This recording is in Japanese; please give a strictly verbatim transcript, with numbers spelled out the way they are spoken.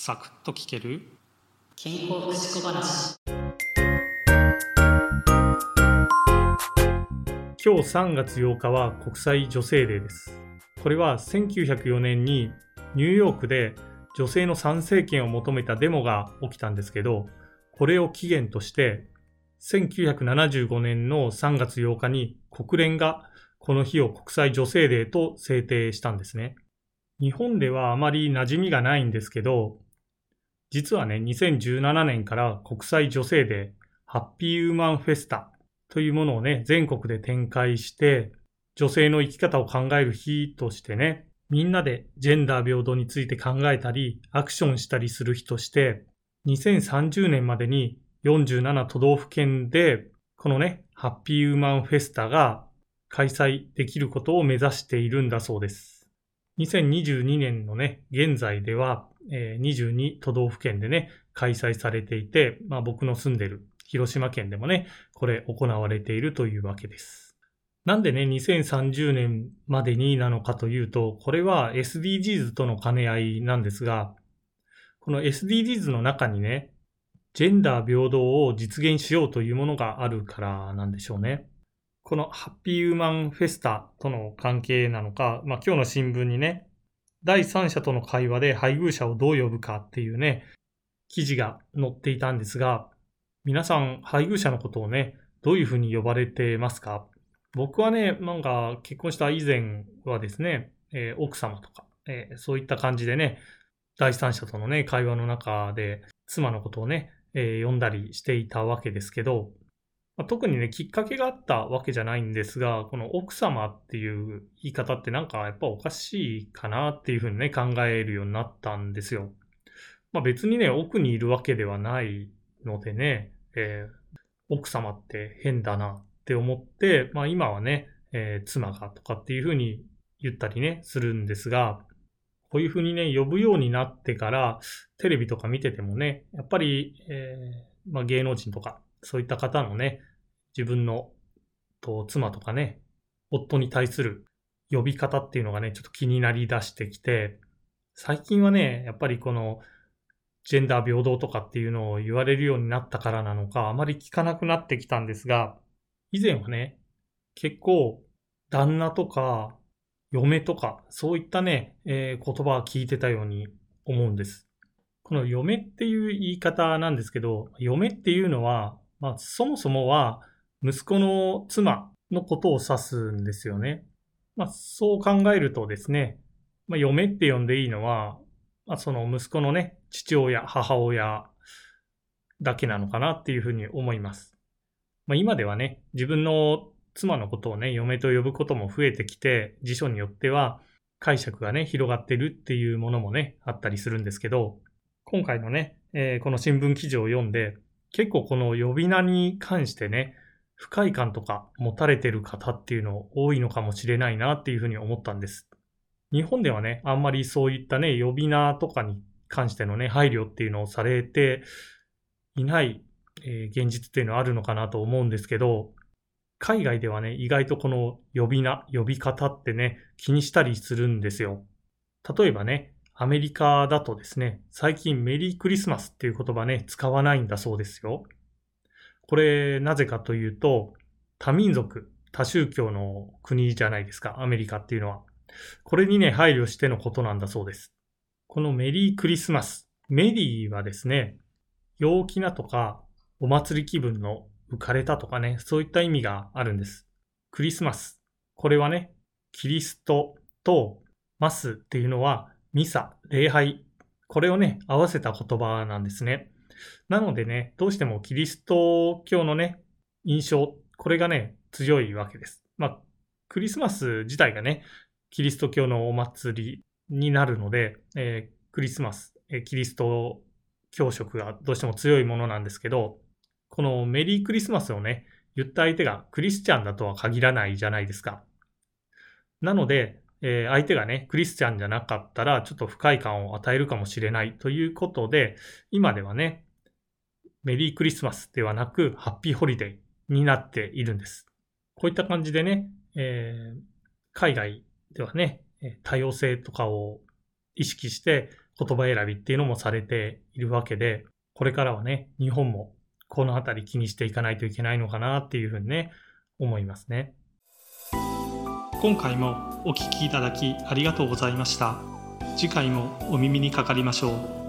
サクッと聞ける健康福祉小話。 今日さんがつようかは国際女性デーです。これはせんきゅうひゃくよねんにニューヨークで女性の参政権を求めたデモが起きたんですけど、これを起源としてせんきゅうひゃくななじゅうごねんのさんがつようかに国連がこの日を国際女性デーと制定したんですね。日本ではあまり馴染みがないんですけど、実はね、にせんじゅうななねんから国際女性デー、ハッピーウーマンフェスタというものをね、全国で展開して、女性の生き方を考える日としてね、みんなでジェンダー平等について考えたり、アクションしたりする日として、にせんさんじゅうねんまでによんじゅうななとどうふけんで、このね、ハッピーウーマンフェスタが開催できることを目指しているんだそうです。にせんにじゅうにねんのね、現在では、えー、にじゅうにとどうふけんでね、開催されていて、まあ僕の住んでる広島県でもね、これ行われているというわけです。なんでね、にせんさんじゅうねんまでになのかというと、これは エスディージーズ との兼ね合いなんですが、この エスディージーズ の中にね、ジェンダー平等を実現しようというものがあるからなんでしょうね。このハッピーウーマンフェスタとの関係なのか、まあ今日の新聞にね、第三者との会話で配偶者をどう呼ぶかっていうね、記事が載っていたんですが、皆さん配偶者のことをね、どういうふうに呼ばれてますか？僕はね、なんか結婚した以前はですね、えー奥様とか、えーそういった感じでね、第三者とのね、会話の中で妻のことをね、えー呼んだりしていたわけですけど、まあ、特にね、きっかけがあったわけじゃないんですが、この奥様っていう言い方ってなんかやっぱおかしいかなっていうふうにね、考えるようになったんですよ。まあ別にね、奥にいるわけではないのでね、えー奥様って変だなって思って、まあ今はね、えー妻がとかっていうふうに言ったりね、するんですが、こういうふうにね、呼ぶようになってから、テレビとか見ててもね、やっぱり、えーまあ、芸能人とか、そういった方のね、自分のと妻とかね、夫に対する呼び方っていうのがね、ちょっと気になりだしてきて、最近はね、やっぱりこのジェンダー平等とかっていうのを言われるようになったからなのか、あまり聞かなくなってきたんですが、以前はね、結構旦那とか嫁とか、そういったね、えー言葉を聞いてたように思うんです。この嫁っていう言い方なんですけど、嫁っていうのは、まあ、そもそもは息子の妻のことを指すんですよね。まあ、そう考えるとですね、まあ、嫁って呼んでいいのは、まあ、その息子のね、父親、母親だけなのかなっていうふうに思います。まあ、今ではね、自分の妻のことをね、嫁と呼ぶことも増えてきて、辞書によっては解釈がね、広がってるっていうものもね、あったりするんですけど、今回のね、えーこの新聞記事を読んで、結構この呼び名に関してね、不快感とか持たれてる方っていうの多いのかもしれないなっていうふうに思ったんです。日本ではね、あんまりそういったね、呼び名とかに関してのね、配慮っていうのをされていない、えー現実っていうのはあるのかなと思うんですけど、海外ではね、意外とこの呼び名、呼び方ってね、気にしたりするんですよ。例えばね、アメリカだとですね、最近メリークリスマスっていう言葉ね、使わないんだそうですよ。これ、なぜかというと、多民族、多宗教の国じゃないですか、アメリカっていうのは。これにね、配慮してのことなんだそうです。このメリークリスマス、メリーはですね、陽気なとか、お祭り気分の浮かれたとかね、そういった意味があるんです。クリスマス。これはね、キリストとマスっていうのは、ミサ、礼拝。これをね、合わせた言葉なんですね。なのでね、どうしてもキリスト教のね、印象、これがね、強いわけです。まあ、クリスマス自体がね、キリスト教のお祭りになるので、えークリスマス、えーキリスト教色がどうしても強いものなんですけど、このメリークリスマスをね、言った相手がクリスチャンだとは限らないじゃないですか。なので、えー相手がね、クリスチャンじゃなかったら、ちょっと不快感を与えるかもしれないということで、今ではね、メリークリスマスではなく、ハッピーホリデーになっているんです。こういった感じでね、えー海外ではね、えー多様性とかを意識して言葉選びっていうのもされているわけで、これからはね、日本もこのあたり気にしていかないといけないのかなっていうふうにね、思いますね。今回もお聞きいただきありがとうございました。次回もお耳にかかりましょう。